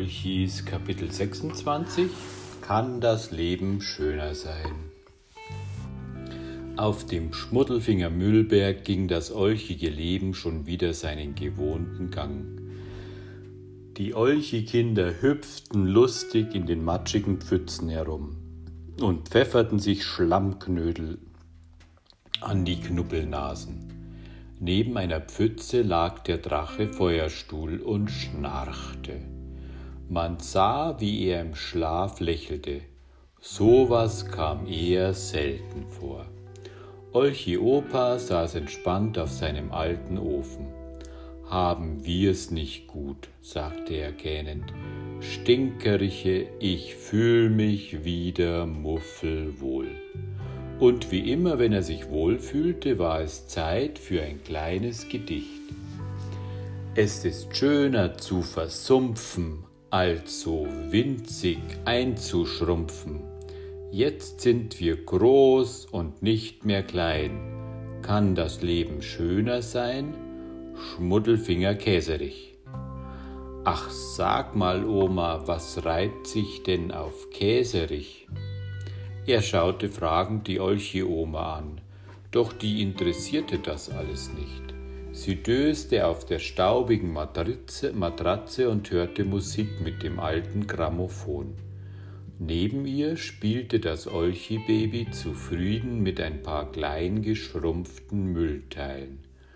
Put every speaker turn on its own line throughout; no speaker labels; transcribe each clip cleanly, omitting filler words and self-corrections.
Olchis Kapitel 26 Kann das Leben schöner sein? Auf dem Schmuddelfinger Mühlberg ging das olchige Leben schon wieder seinen gewohnten Gang. Die Olchi-Kinder hüpften lustig in den matschigen Pfützen herum und pfefferten sich Schlammknödel an die Knubbelnasen. Neben einer Pfütze lag der Drache Feuerstuhl und schnarchte. Man sah, wie er im Schlaf lächelte. Sowas kam eher selten vor. Olchi Opa saß entspannt auf seinem alten Ofen. »Haben wir's nicht gut«, sagte er gähnend. »Stinkeriche, ich fühl mich wieder muffelwohl.« Und wie immer, wenn er sich wohlfühlte, war es Zeit für ein kleines Gedicht. Es ist schöner zu versumpfen, als so winzig einzuschrumpfen. Jetzt sind wir groß und nicht mehr klein. Kann das Leben schöner sein? Schmuddelfinger Käserich. Ach, sag mal, Oma, was reibt sich denn auf Käserich? Er schaute fragend die Olchi-Oma an, doch die interessierte das alles nicht. Sie döste auf der staubigen Matratze und hörte Musik mit dem alten Grammophon. Neben ihr spielte das Olchi-Baby zufrieden mit ein paar klein geschrumpften Müllteilen.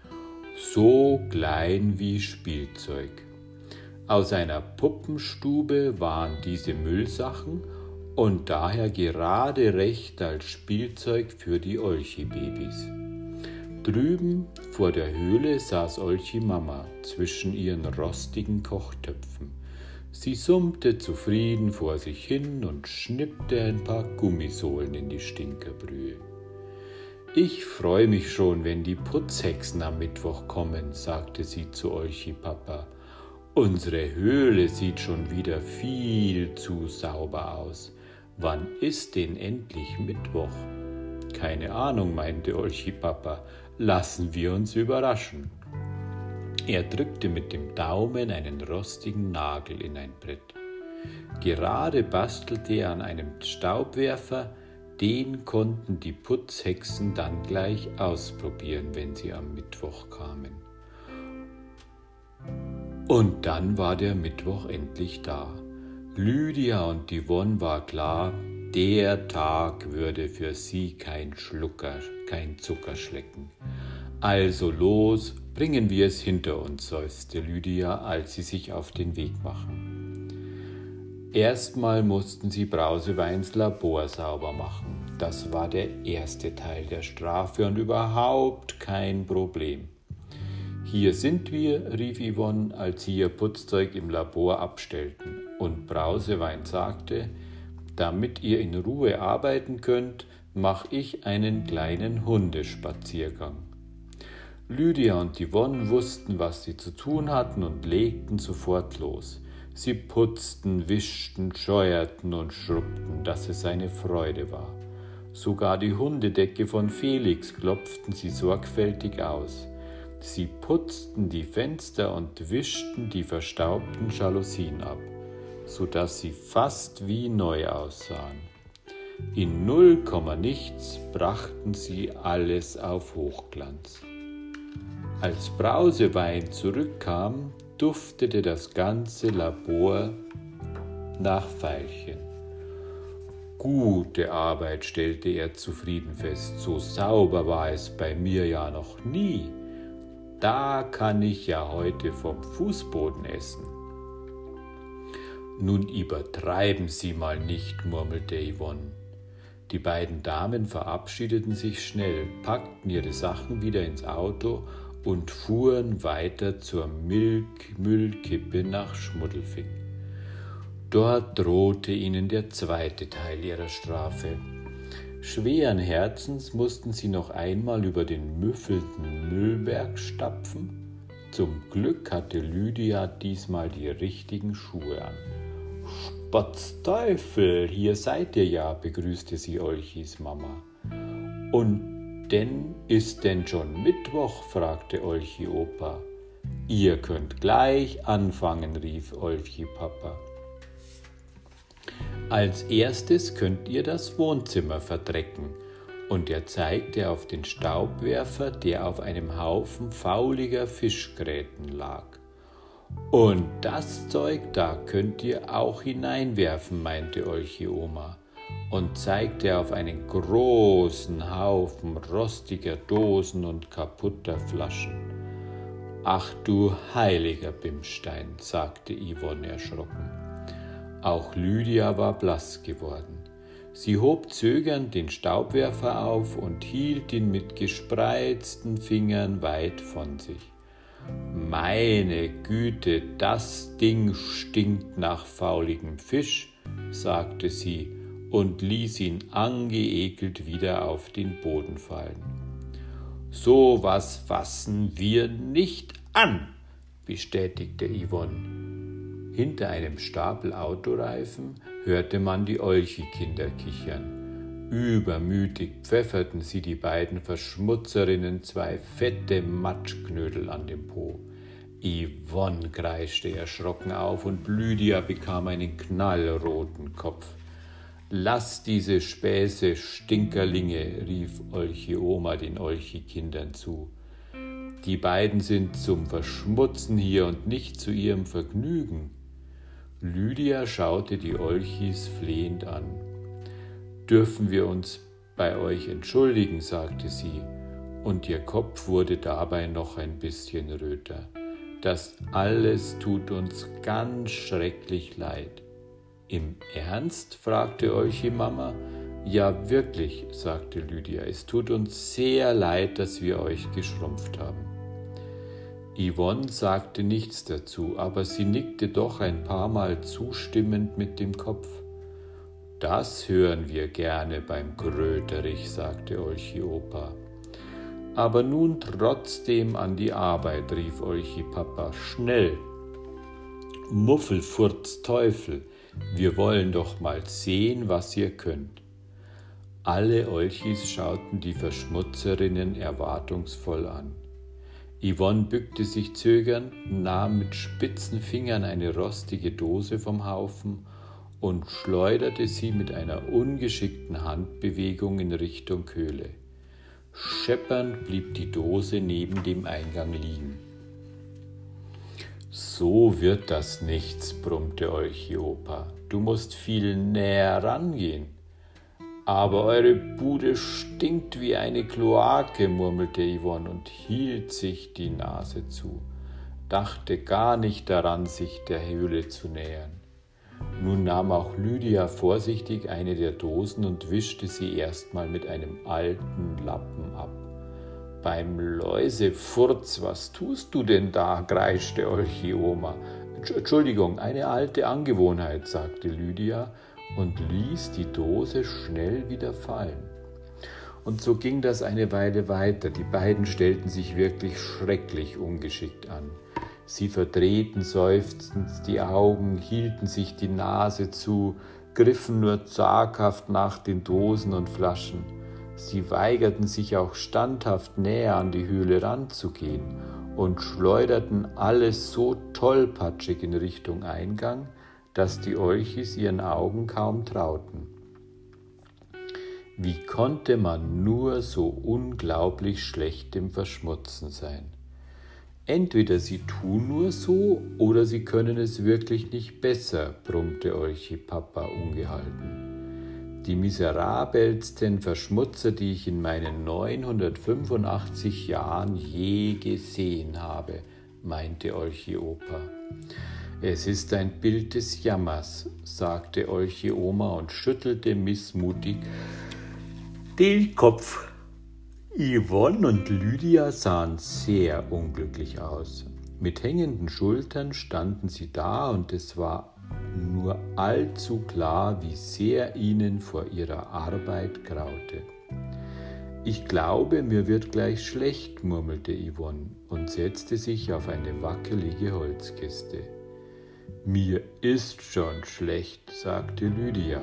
So klein wie Spielzeug. Aus einer Puppenstube waren diese Müllsachen und daher gerade recht als Spielzeug für die Olchi-Babys. Drüben vor der Höhle saß Olchi-Mama zwischen ihren rostigen Kochtöpfen. Sie summte zufrieden vor sich hin und schnippte ein paar Gummisohlen in die Stinkerbrühe. »Ich freue mich schon, wenn die Putzhexen am Mittwoch kommen«, sagte sie zu Olchi-Papa. »Unsere Höhle sieht schon wieder viel zu sauber aus. Wann ist denn endlich Mittwoch?« »Keine Ahnung«, meinte Olchi-Papa. »Lassen wir uns überraschen.« Er drückte mit dem Daumen einen rostigen Nagel in ein Brett. Gerade bastelte er an einem Staubwerfer, den konnten die Putzhexen dann gleich ausprobieren, wenn sie am Mittwoch kamen. Und dann war der Mittwoch endlich da. Lydia und Yvonne war klar, der Tag würde für sie kein Zucker schlecken. »Also los, bringen wir es hinter uns«, seufzte Lydia, als sie sich auf den Weg machten. Erstmal mussten sie Brauseweins Labor sauber machen. Das war der erste Teil der Strafe und überhaupt kein Problem. »Hier sind wir«, rief Yvonne, als sie ihr Putzzeug im Labor abstellten. Und Brausewein sagte, »Damit ihr in Ruhe arbeiten könnt, mache ich einen kleinen Hundespaziergang.« Lydia und Yvonne wussten, was sie zu tun hatten und legten sofort los. Sie putzten, wischten, scheuerten und schrubbten, dass es eine Freude war. Sogar die Hundedecke von Felix klopften sie sorgfältig aus. Sie putzten die Fenster und wischten die verstaubten Jalousien ab, sodass sie fast wie neu aussahen. In 0, nichts brachten sie alles auf Hochglanz. Als Brausewein zurückkam, duftete das ganze Labor nach Veilchen. »Gute Arbeit«, stellte er zufrieden fest, »so sauber war es bei mir ja noch nie. Da kann ich ja heute vom Fußboden essen.« »Nun übertreiben Sie mal nicht«, murmelte Yvonne. Die beiden Damen verabschiedeten sich schnell, packten ihre Sachen wieder ins Auto und fuhren weiter zur Müllkippe nach Schmuddelfing. Dort drohte ihnen der zweite Teil ihrer Strafe. Schweren Herzens mussten sie noch einmal über den müffelnden Müllberg stapfen. Zum Glück hatte Lydia diesmal die richtigen Schuhe an. »Spotzteufel, hier seid ihr ja«, begrüßte sie Olchis Mama. »Und denn ist denn schon Mittwoch?«, fragte Olchi Opa. »Ihr könnt gleich anfangen«, rief Olchi Papa. Als erstes könnt ihr das Wohnzimmer verdrecken. Und er zeigte auf den Staubwerfer, der auf einem Haufen fauliger Fischgräten lag. Und das Zeug da könnt ihr auch hineinwerfen, meinte Olchioma und zeigte auf einen großen Haufen rostiger Dosen und kaputter Flaschen. »Ach du heiliger Bimstein«, sagte Yvonne erschrocken. Auch Lydia war blass geworden. Sie hob zögernd den Staubwerfer auf und hielt ihn mit gespreizten Fingern weit von sich. »Meine Güte, das Ding stinkt nach fauligem Fisch«, sagte sie und ließ ihn angeekelt wieder auf den Boden fallen. »So was fassen wir nicht an«, bestätigte Yvonne. Hinter einem Stapel Autoreifen hörte man die Olchi-Kinder kichern. Übermütig pfefferten sie die beiden Verschmutzerinnen 2 fette Matschknödel an den Po. Yvonne kreischte erschrocken auf und Lydia bekam einen knallroten Kopf. »Lass diese Späße, Stinkerlinge«, rief Olchioma den Olchi-Kindern zu. »Die beiden sind zum Verschmutzen hier und nicht zu ihrem Vergnügen.« Lydia schaute die Olchis flehend an. »Dürfen wir uns bei euch entschuldigen«, sagte sie, und ihr Kopf wurde dabei noch ein bisschen röter. »Das alles tut uns ganz schrecklich leid.« »Im Ernst?«, fragte Olchi-Mama. »Ja, wirklich«, sagte Lydia, »es tut uns sehr leid, dass wir euch geschrumpft haben.« Yvonne sagte nichts dazu, aber sie nickte doch ein paar Mal zustimmend mit dem Kopf. »Das hören wir gerne beim Kröterich«, sagte Olchi-Opa. »Aber nun trotzdem an die Arbeit«, rief Olchi-Papa. »Schnell! Muffelfurz Teufel, wir wollen doch mal sehen, was ihr könnt.« Alle Olchis schauten die Verschmutzerinnen erwartungsvoll an. Yvonne bückte sich zögernd, nahm mit spitzen Fingern eine rostige Dose vom Haufen und schleuderte sie mit einer ungeschickten Handbewegung in Richtung Höhle. Scheppernd blieb die Dose neben dem Eingang liegen. »So wird das nichts«, brummte Olchi-Opa. »Du musst viel näher rangehen.« »Aber eure Bude stinkt wie eine Kloake«, murmelte Yvonne und hielt sich die Nase zu, dachte gar nicht daran, sich der Höhle zu nähern. Nun nahm auch Lydia vorsichtig eine der Dosen und wischte sie erstmal mit einem alten Lappen ab. »Beim Läusefurz, was tust du denn da?«, kreischte Olchioma. »Entschuldigung, eine alte Angewohnheit«, sagte Lydia und ließ die Dose schnell wieder fallen. Und so ging das eine Weile weiter. Die beiden stellten sich wirklich schrecklich ungeschickt an. Sie verdrehten seufzend die Augen, hielten sich die Nase zu, griffen nur zaghaft nach den Dosen und Flaschen. Sie weigerten sich auch standhaft näher an die Höhle ranzugehen und schleuderten alles so tollpatschig in Richtung Eingang, dass die Olchis ihren Augen kaum trauten. Wie konnte man nur so unglaublich schlecht im Verschmutzen sein? Entweder sie tun nur so, oder sie können es wirklich nicht besser, brummte Olchi-Papa ungehalten. Die miserabelsten Verschmutzer, die ich in meinen 985 Jahren je gesehen habe, meinte Olchi-Opa. »Es ist ein Bild des Jammers«, sagte Olchi-Oma und schüttelte missmutig den Kopf. Yvonne und Lydia sahen sehr unglücklich aus. Mit hängenden Schultern standen sie da und es war nur allzu klar, wie sehr ihnen vor ihrer Arbeit graute. »Ich glaube, mir wird gleich schlecht«, murmelte Yvonne und setzte sich auf eine wackelige Holzkiste. »Mir ist schon schlecht«, sagte Lydia.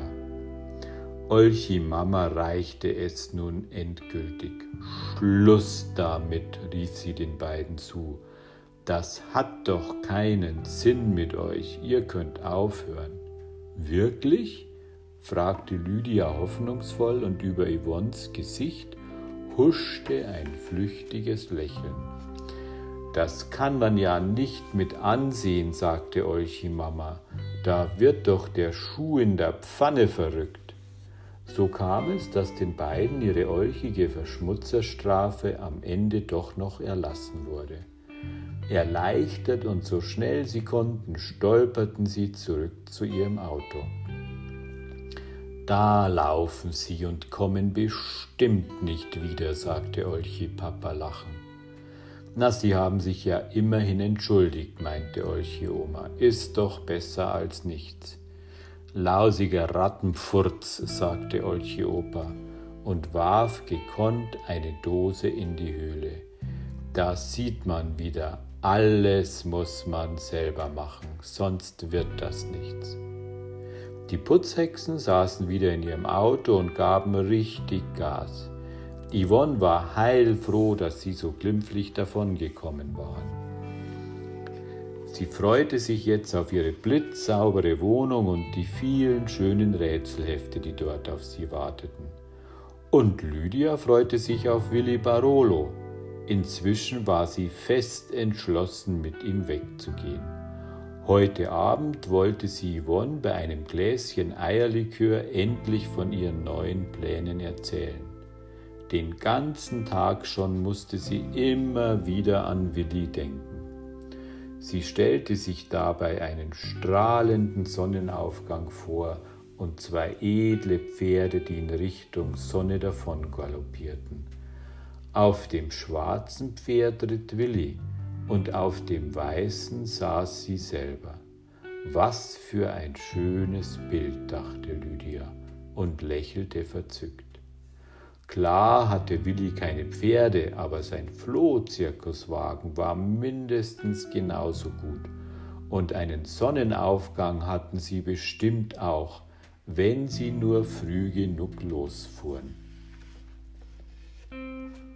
Olchi-Mama reichte es nun endgültig. »Schluss damit«, rief sie den beiden zu. »Das hat doch keinen Sinn mit euch, ihr könnt aufhören.« »Wirklich?« fragte Lydia hoffnungsvoll, und über Yvonnes Gesicht huschte ein flüchtiges Lächeln. »Das kann man ja nicht mit ansehen«, sagte Olchi-Mama. »Da wird doch der Schuh in der Pfanne verrückt.« So kam es, dass den beiden ihre olchige Verschmutzerstrafe am Ende doch noch erlassen wurde. Erleichtert und so schnell sie konnten, stolperten sie zurück zu ihrem Auto. »Da laufen sie und kommen bestimmt nicht wieder«, sagte Olchi-Papa lachend. »Na, Sie haben sich ja immerhin entschuldigt«, meinte Olchi-Oma. »Ist doch besser als nichts.« »Lausiger Rattenfurz«, sagte Olchi-Opa und warf gekonnt eine Dose in die Höhle. »Da sieht man wieder, alles muss man selber machen, sonst wird das nichts.« Die Putzhexen saßen wieder in ihrem Auto und gaben richtig Gas. Yvonne war heilfroh, dass sie so glimpflich davongekommen waren. Sie freute sich jetzt auf ihre blitzsaubere Wohnung und die vielen schönen Rätselhefte, die dort auf sie warteten. Und Lydia freute sich auf Willi Barolo. Inzwischen war sie fest entschlossen, mit ihm wegzugehen. Heute Abend wollte sie Yvonne bei einem Gläschen Eierlikör endlich von ihren neuen Plänen erzählen. Den ganzen Tag schon musste sie immer wieder an Willi denken. Sie stellte sich dabei einen strahlenden Sonnenaufgang vor und zwei edle Pferde, die in Richtung Sonne davon galoppierten. Auf dem schwarzen Pferd ritt Willi und auf dem weißen saß sie selber. Was für ein schönes Bild, dachte Lydia und lächelte verzückt. Klar hatte Willi keine Pferde, aber sein Flohzirkuswagen war mindestens genauso gut. Und einen Sonnenaufgang hatten sie bestimmt auch, wenn sie nur früh genug losfuhren.